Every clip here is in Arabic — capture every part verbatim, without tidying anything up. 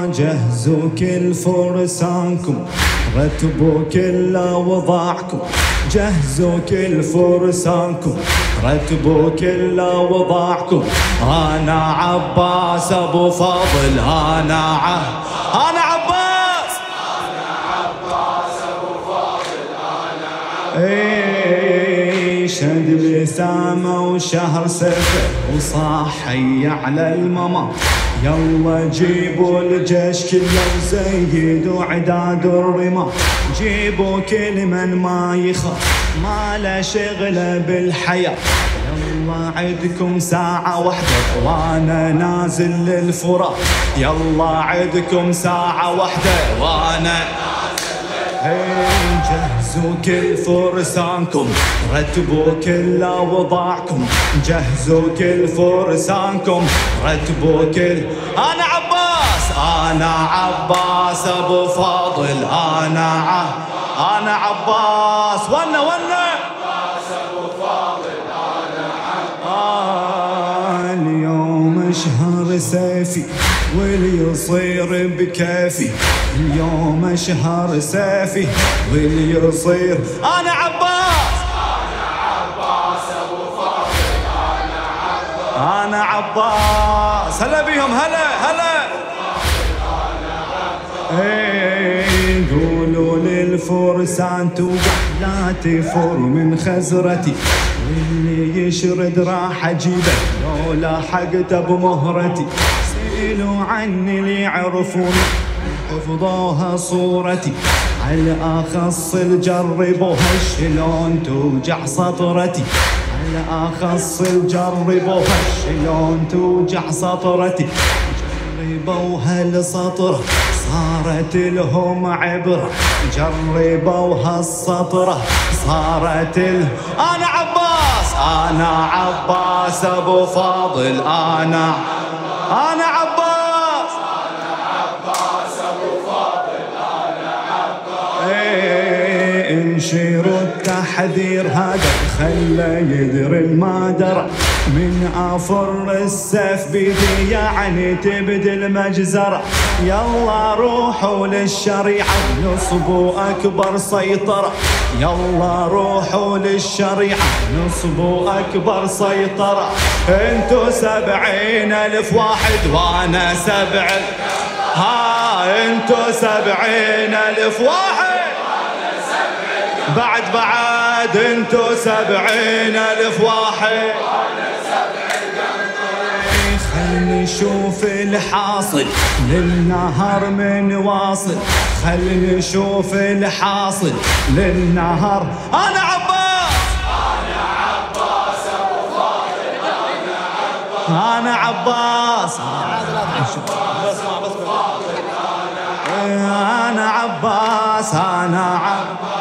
جهزوا كل فرسانكم، رتبوا كل اوضاعكم، جهزوا كل فرسانكم، رتبوا كل اوضاعكم. انا عباس ابو فاضل، انا ع... انا عباس، انا عباس ابو فاضل، انا عباس. اي شد لسامه وشهر سيفه وصاح حي على الممات، يلا جيبوا الجيش كله وزيدوا عداد الرماة، جيبوا كل من ما يخاف ما له شغله بالحياة، يلا عدكم ساعة واحدة وانا نازل للفرات، يلا عدكم ساعة واحدة وانا جهزوا كل فرسانكم، رتبوا كل اوضاعكم، جهزوا كل فرسانكم، رتبوا كل. انا عباس، انا عباس ابو فاضل، انا ع... انا عباس. ونا ونا عباس ابو فاضل، انا عباس. آه اليوم شهر سيفي واللي يصير بكيفي، اليوم شهر سيفي واللي يصير. انا عباس، انا عباس ابو فاضل، انا عباس. انا عباس. هلا بيهم، هلا هلا. ايه قولوا للفرسان توقع لا تفر من خزرتي، واللي يشرد راح اجيبه لو لاحقته بمهرتي، سئلوا عني اللي يعرفوني حفظوها صورتي، على اخص جربوها شلون توجع سطرتي، على اخص جربوها شلون توجع سطرتي، جربوها السطرة صارت لهم عبرة، جربوها السطرة صارت ال... انا عباس، انا عباس ابو فاضل، انا انا عباس، انا عباس ابو فاضل، انا عباس. ايه انشروا التحذير هذا خلى يدري المادرة، من افر السيف بيدي يعني تبدي المجزرة، يلا روحوا للشريعة نصبوا اكبر سيطرة، يلا روحوا للشريعة نصبوا اكبر سيطرة، انتو سبعين الف واحد وانا سبع، ها انتو سبعين الف واحد بعد بعد انتو سبعين الف واحد. خلني نشوف الحاصل للنهر من واصل، خلني نشوف الحاصل للنهر. انا عباس، انا عباس ابو فاضل، انا عباس. انا عباس، انا عباس، انا عباس.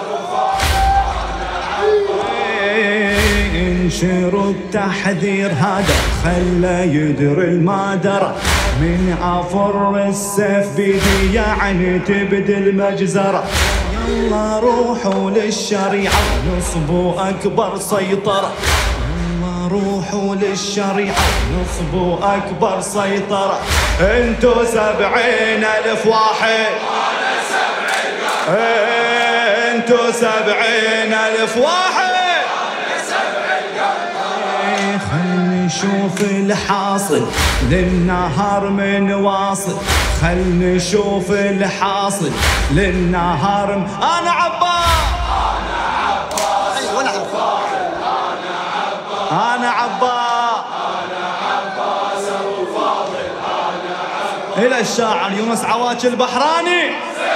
انشروا التحذير هذا خلى يدري المادرة، من افر السيف بيدي يعني تبدي المجزرة، يلا روحوا للشريعة نصبوا اكبر سيطرة، يلا روحوا للشريعة نصبوا اكبر سيطرة، انتو سبعين الف واحد وانا سبع القلب، انتو سبعين الف واحد. خلني نشوف الحاصل للنهر من واصل، خلني نشوف الحاصل للنهر. انا عباس، انا عباس ابو فاضل، انا عباس. انا عباس، انا عباس ابو فاضل، انا عباس. الى الشاعر يونس عواج البحراني.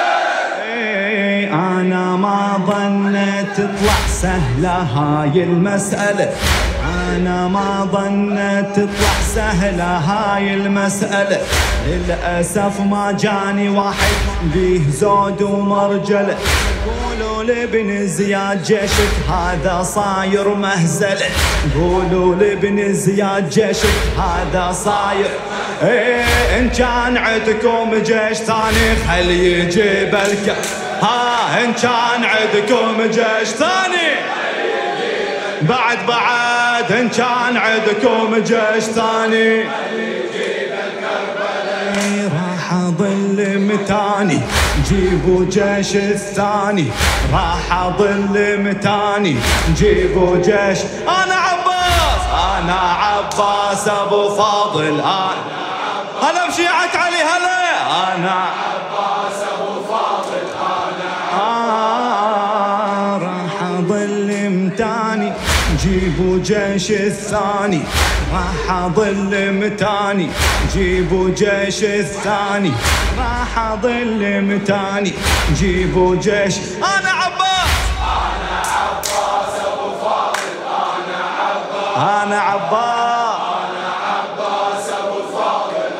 انا ما ظنيت تطلع سهلة هاي المسألة، أنا ما ظنيت تطلع سهلة هاي المسألة، للأسف ما جاني واحد بيه زود ومرجلة، قولوا لابن زياد جيشك هذا صاير مهزلة، قولوا لابن زياد جيشك هذا صاير. ايه ان كان عندكم جيش ثاني خلي يجيب الك، ها ان كان عندكم جيش ثاني بعد بعد ان كان عندكم جيش ثاني راح أظل متاني جيبوا جيش الثاني، راح أظل متاني جيبوا جيش. أنا عباس أنا عباس أبو فاضل، أنا هلا بشيعة علي هلا. أنا عباس أبو فاضل أنا آه راح أظل متاني جيبوا جيش الثاني، راح أظل متاني جيبوا جيش الثاني، راح أظل متاني جيبوا جيش. أنا عباس أنا عباس أبو فاضل أنا عباس أنا عباس أنا عباس أبو فاضل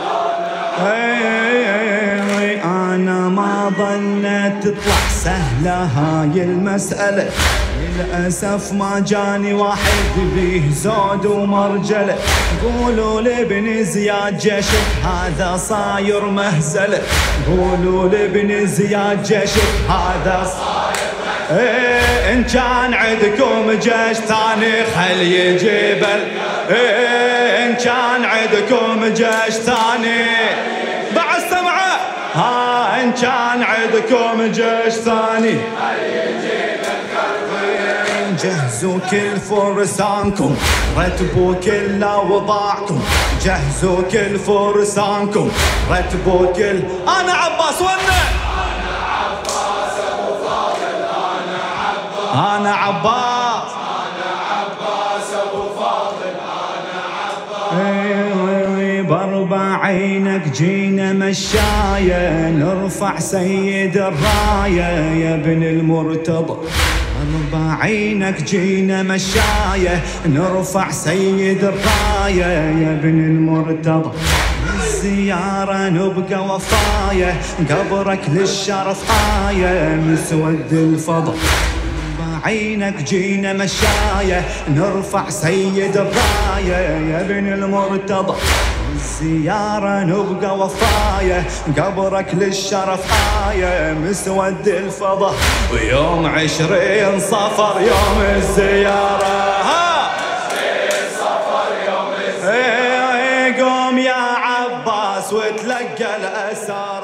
أنا أنا ما ظنيت تطلع سهلة هاي المسألة، للأسف ما جاني واحد بيه زود ومرجلة. قولوا لابن زياد جيشك هذا صاير مهزلة، قولوا لابن زياد جيشك هذا صاير مهزلة. إيه إن كان عندكم جيش ثاني خل يجيب ال... إيه إن كان عندكم جيش ثاني بعد سمعه، ها إن كان عندكم جيش ثاني جهزوا كل فرسانكم رتبوا كل اوضاعكم، جهزوا كل فرسانكم رتبوا كل. انا عباس ونا أنا عباس أبو فاضل أنا عباس انا عباس أنا عباس أبو فاضل أنا عباس. باربع عينك جينا مشاية نرفع سيد الراية يا ابن المرتضى، باربع عينك جينا مشاية نرفع سيد الراية يا ابن المرتضى، الزيارة نبقى وفاية قبرك للشرف آية مسود الفضا. عينك جينا مشاية نرفع سيد الراية يا ابن المرتضى، الزيارة نبقى وفاية قبرك للشرف آية مسود الفضا. ويوم عشرين صفر يوم الزيارة، ها عشرين صفر يوم الزيارة، قوم يا عباس وتلقى الأسارة.